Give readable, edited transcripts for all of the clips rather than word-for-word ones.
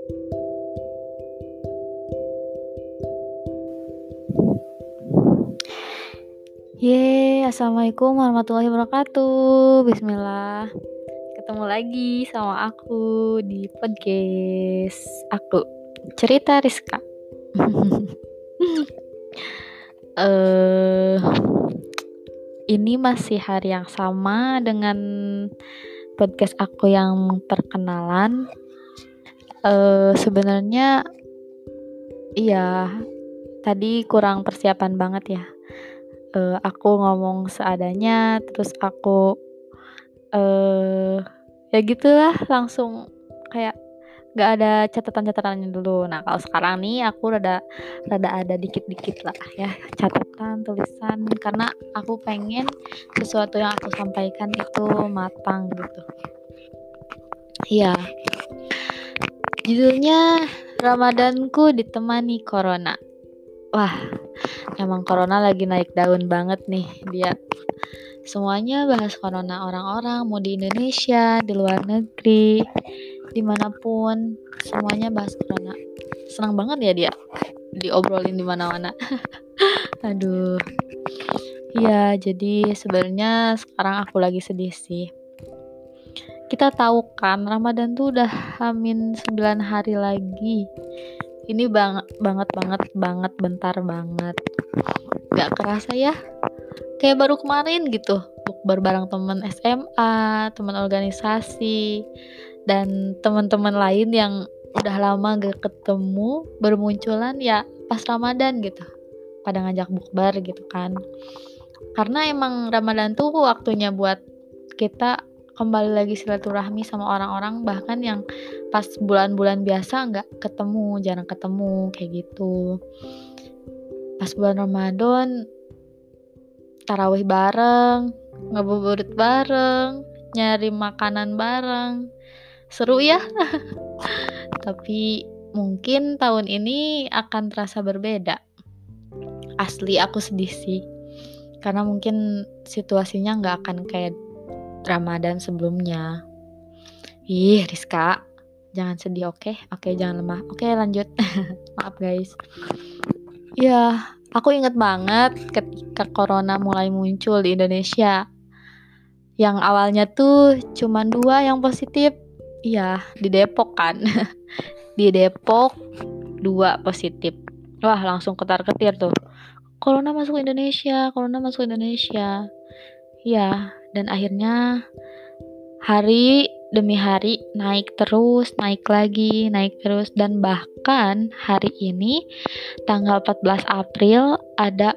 Assalamualaikum warahmatullahi wabarakatuh. Bismillah. Ketemu lagi sama aku di podcast aku, Cerita Rizka. Ini masih hari yang sama dengan podcast aku yang perkenalan. Sebenarnya iya, tadi kurang persiapan banget ya. Aku ngomong seadanya, terus aku ya gitulah, langsung kayak nggak ada catatan-catatannya dulu. Nah, kalau sekarang nih aku rada ada dikit-dikit lah ya catatan, tulisan, karena aku pengen sesuatu yang aku sampaikan itu matang gitu. Iya. Judulnya Ramadanku ditemani Corona. Wah, emang Corona lagi naik daun banget nih dia. Semuanya bahas Corona, orang-orang mau di Indonesia, di luar negeri, dimanapun, semuanya bahas Corona. Senang banget ya dia diobrolin di mana-mana. Aduh. Iya, jadi sebenarnya sekarang aku lagi sedih sih. Kita tahu kan Ramadan tuh udah hamin 9 hari lagi. Ini banget bentar banget. Gak kerasa ya, kayak baru kemarin gitu, bukber bareng temen SMA, temen organisasi, dan teman-teman lain yang udah lama gak ketemu, bermunculan ya pas Ramadan gitu, pada ngajak bukber gitu kan. Karena emang Ramadan tuh waktunya buat kita kembali lagi silaturahmi sama orang-orang, bahkan yang pas bulan-bulan biasa nggak ketemu, jarang ketemu kayak gitu. Pas bulan Ramadan tarawih bareng, ngabuburit bareng, nyari makanan bareng, seru ya. Tapi mungkin tahun ini akan terasa berbeda. Asli aku sedih sih, karena mungkin situasinya nggak akan kayak Ramadan sebelumnya. Ih, Rizka, jangan sedih, oke? Oke, jangan lemah. Oke, lanjut. Maaf guys. Ya, aku inget banget ketika Corona mulai muncul di Indonesia. Yang awalnya tuh cuma 2 yang positif. Iya, di Depok kan. Di Depok 2 positif. Wah, langsung ketar-ketir tuh. Corona masuk Indonesia, Corona masuk Indonesia. Ya, dan akhirnya hari demi hari naik terus, naik lagi, naik terus, dan bahkan hari ini tanggal 14 April ada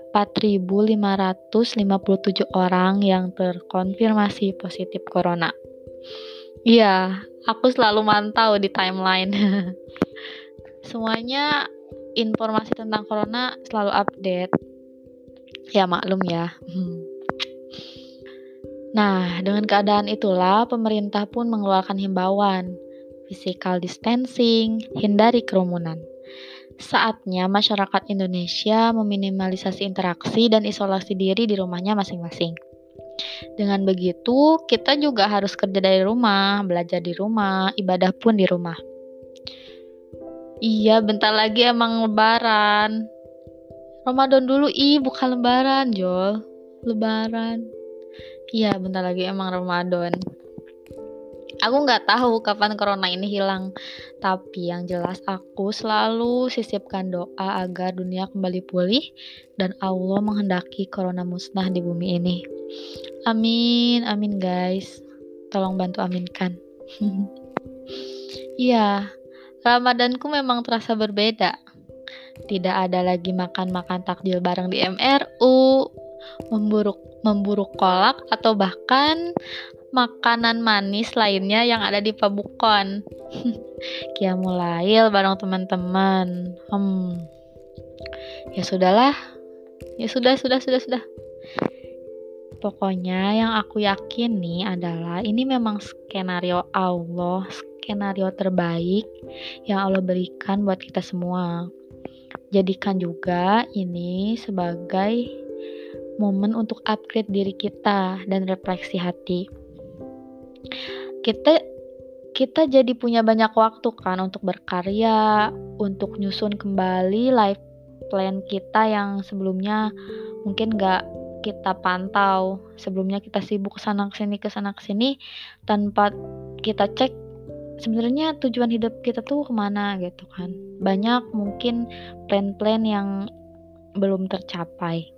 4.557 orang yang terkonfirmasi positif corona. Iya, aku selalu mantau di timeline. Semuanya informasi tentang corona selalu update. Ya maklum ya. Nah, dengan keadaan itulah pemerintah pun mengeluarkan himbauan physical distancing, hindari kerumunan. Saatnya masyarakat Indonesia meminimalisasi interaksi dan isolasi diri di rumahnya masing-masing. Dengan begitu, kita juga harus kerja dari rumah, belajar di rumah, ibadah pun di rumah. Iya, bentar lagi emang lebaran. Ramadan dulu, bukan lebaran, Jol. Lebaran. Iya, bentar lagi emang Ramadan. Aku nggak tahu kapan corona ini hilang, tapi yang jelas aku selalu sisipkan doa agar dunia kembali pulih dan Allah menghendaki corona musnah di bumi ini. Amin, amin guys. Tolong bantu aminkan. Iya, Ramadanku memang terasa berbeda. Tidak ada lagi makan-makan takjil bareng di MRU, memburu kolak, atau bahkan makanan manis lainnya yang ada di Pabukon. Qiyamul Lail bareng teman-teman. Ya sudahlah. Ya sudah. Pokoknya yang aku yakin nih adalah ini memang skenario Allah, skenario terbaik yang Allah berikan buat kita semua. Jadikan juga ini sebagai momen untuk upgrade diri kita dan refleksi hati. kita jadi punya banyak waktu kan untuk berkarya, untuk nyusun kembali life plan kita yang sebelumnya mungkin gak kita pantau. Sebelumnya kita sibuk kesana kesini tanpa kita cek sebenarnya tujuan hidup kita tuh kemana gitu kan. Banyak mungkin plan-plan yang belum tercapai.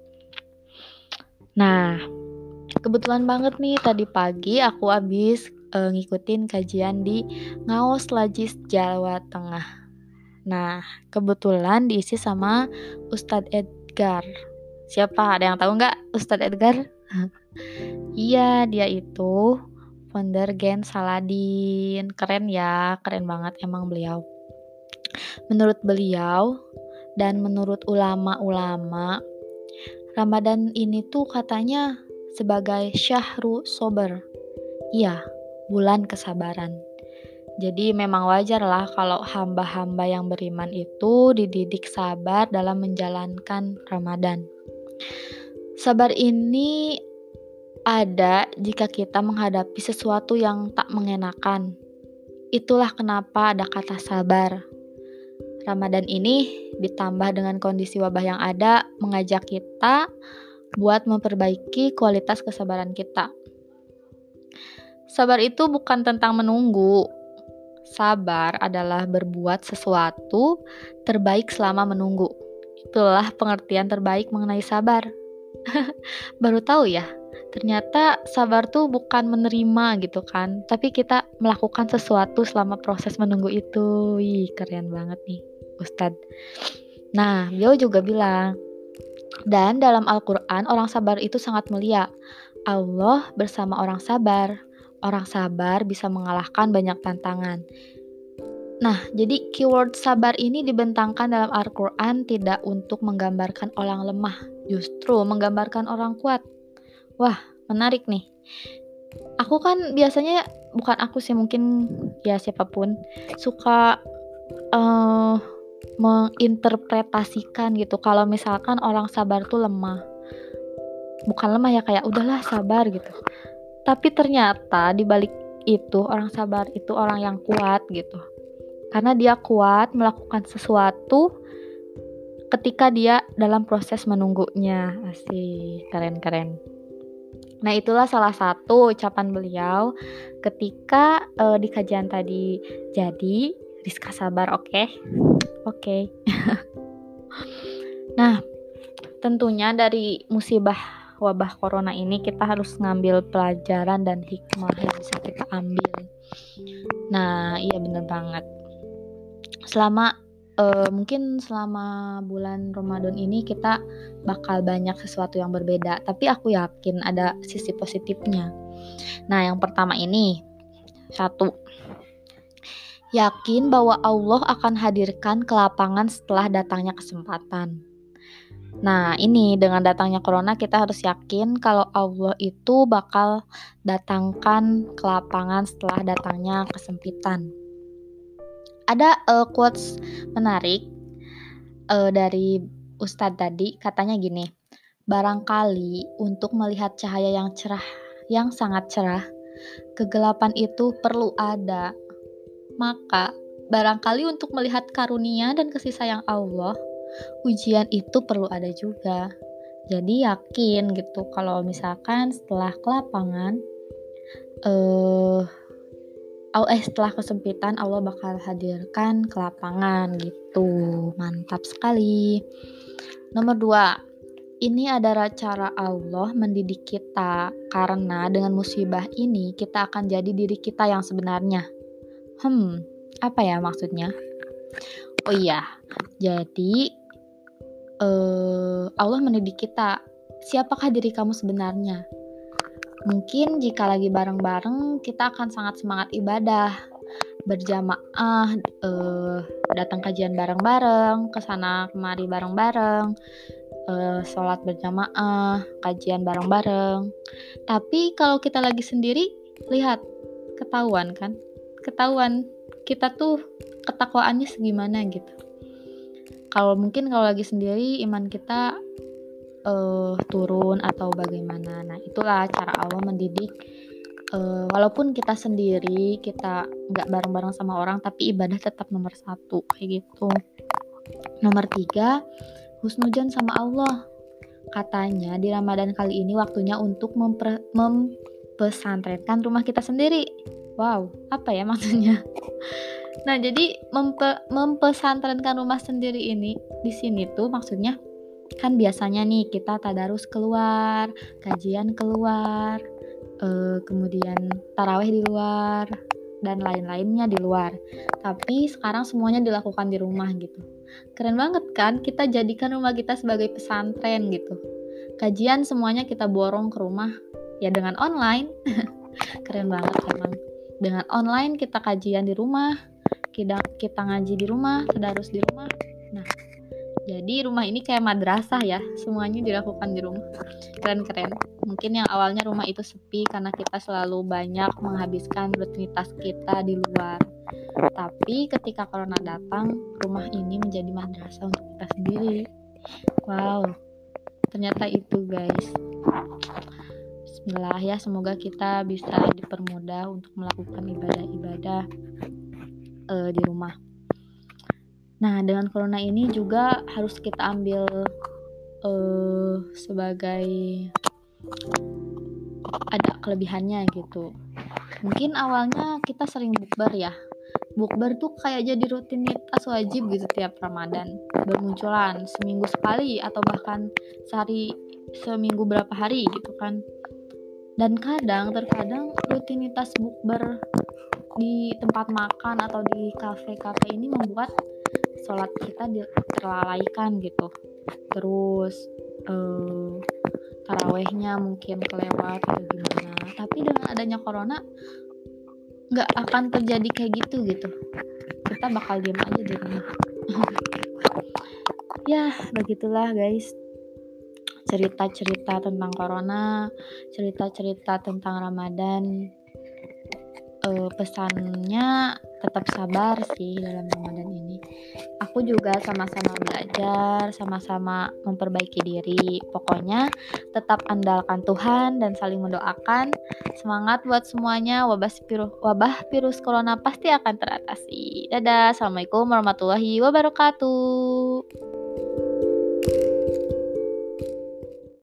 Nah, kebetulan banget nih tadi pagi aku habis ngikutin kajian di Ngaos Lajis Jawa Tengah. Nah, kebetulan diisi sama Ustadz Edgar. Siapa? Ada yang tahu nggak Ustadz Edgar? Iya, dia itu founder Gen Saladin. Keren ya, keren banget emang beliau. Menurut beliau dan menurut ulama-ulama, Ramadan ini tuh katanya sebagai syahru sober. Iya, bulan kesabaran. Jadi memang wajar lah kalau hamba-hamba yang beriman itu dididik sabar dalam menjalankan Ramadan. Sabar ini ada jika kita menghadapi sesuatu yang tak mengenakan. Itulah kenapa ada kata sabar. Ramadan ini ditambah dengan kondisi wabah yang ada mengajak kita buat memperbaiki kualitas kesabaran kita. Sabar itu bukan tentang menunggu. Sabar adalah berbuat sesuatu terbaik selama menunggu. Itulah pengertian terbaik mengenai sabar. Baru tahu ya, ternyata sabar tuh bukan menerima gitu kan, tapi kita melakukan sesuatu selama proses menunggu itu. Wih, keren banget nih, Ustadz. Nah, beliau juga bilang, dan dalam Al-Quran orang sabar itu sangat mulia. Allah bersama orang sabar. Orang sabar bisa mengalahkan banyak tantangan. Nah, jadi keyword sabar ini dibentangkan dalam Al-Quran tidak untuk menggambarkan orang lemah, justru menggambarkan orang kuat. Wah, menarik nih. Aku kan biasanya, bukan aku sih, mungkin ya siapapun, suka menginterpretasikan gitu kalau misalkan orang sabar tuh lemah. Bukan lemah ya, kayak udahlah sabar gitu. Tapi ternyata di balik itu orang sabar itu orang yang kuat gitu. Karena dia kuat melakukan sesuatu ketika dia dalam proses menunggunya. Asik, keren-keren. Nah, itulah salah satu ucapan beliau ketika di kajian tadi. Jadi, Rizka sabar, oke? Oke. Nah, tentunya dari musibah wabah corona ini kita harus ngambil pelajaran dan hikmah yang bisa kita ambil. Nah, iya bener banget. Mungkin selama bulan Ramadan ini kita bakal banyak sesuatu yang berbeda, tapi aku yakin ada sisi positifnya. Nah, yang pertama ini, 1, yakin bahwa Allah akan hadirkan kelapangan setelah datangnya kesempatan. Nah, ini dengan datangnya corona kita harus yakin kalau Allah itu bakal datangkan kelapangan setelah datangnya kesempitan. Ada quotes menarik dari Ustadz tadi, katanya gini, barangkali untuk melihat cahaya yang sangat cerah, kegelapan itu perlu ada. Maka barangkali untuk melihat karunia dan kasih sayang Allah, ujian itu perlu ada juga. Jadi yakin gitu kalau misalkan setelah kelapangan setelah kesempitan Allah bakal hadirkan kelapangan gitu. Mantap sekali. Nomor 2, ini adalah cara Allah mendidik kita, karena dengan musibah ini kita akan jadi diri kita yang sebenarnya. Apa ya maksudnya? Oh iya, jadi Allah mendidik kita, siapakah diri kamu sebenarnya? Mungkin jika lagi bareng-bareng kita akan sangat semangat ibadah, berjamaah, datang kajian bareng-bareng, kesana kemari bareng-bareng, sholat berjamaah, kajian bareng-bareng. Tapi kalau kita lagi sendiri, lihat, ketahuan kita tuh ketakwaannya segimana gitu. Kalau lagi sendiri iman kita turun atau bagaimana. Nah, itulah cara Allah mendidik walaupun kita sendiri, kita nggak bareng-bareng sama orang, tapi ibadah tetap nomor 1 kayak gitu. Nomor 3, husnudzon sama Allah. Katanya di Ramadan kali ini waktunya untuk mempesantrenkan rumah kita sendiri. Wow, apa ya maksudnya? Nah, jadi mempesantrenkan rumah sendiri ini di sini tuh maksudnya kan biasanya nih kita tadarus keluar, kajian keluar, kemudian tarawih di luar dan lain-lainnya di luar. Tapi sekarang semuanya dilakukan di rumah gitu. Keren banget kan? Kita jadikan rumah kita sebagai pesantren gitu. Kajian semuanya kita borong ke rumah ya dengan online. Keren banget emang. Dengan online kita kajian di rumah, kita ngaji di rumah, tadarus di rumah. Nah, jadi rumah ini kayak madrasah ya, semuanya dilakukan di rumah. Keren-keren. Mungkin yang awalnya rumah itu sepi karena kita selalu banyak menghabiskan rutinitas kita di luar. Tapi ketika corona datang, rumah ini menjadi madrasah untuk kita sendiri. Wow, ternyata itu guys. Bismillah ya, semoga kita bisa dipermudah untuk melakukan ibadah-ibadah di rumah. Nah, dengan corona ini juga harus kita ambil sebagai ada kelebihannya gitu. Mungkin awalnya kita sering bukber ya. Bukber tuh kayak jadi rutinitas wajib gitu tiap Ramadan. Bermunculan seminggu sekali atau bahkan seminggu berapa hari gitu kan. Dan terkadang rutinitas bukber di tempat makan atau di kafe-kafe ini membuat sholat kita terlalaikan gitu. Terus tarawehnya mungkin kelewat atau gimana. Tapi dengan adanya corona nggak akan terjadi kayak gitu. Kita bakal diam aja di rumah. Ya, begitulah guys. Cerita-cerita tentang corona, cerita-cerita tentang Ramadan. Pesannya tetap sabar sih dalam Ramadan ini. Aku juga sama-sama belajar, sama-sama memperbaiki diri. Pokoknya tetap andalkan Tuhan dan saling mendoakan. Semangat buat semuanya. Wabah virus corona pasti akan teratasi. Dadah. Assalamualaikum warahmatullahi wabarakatuh.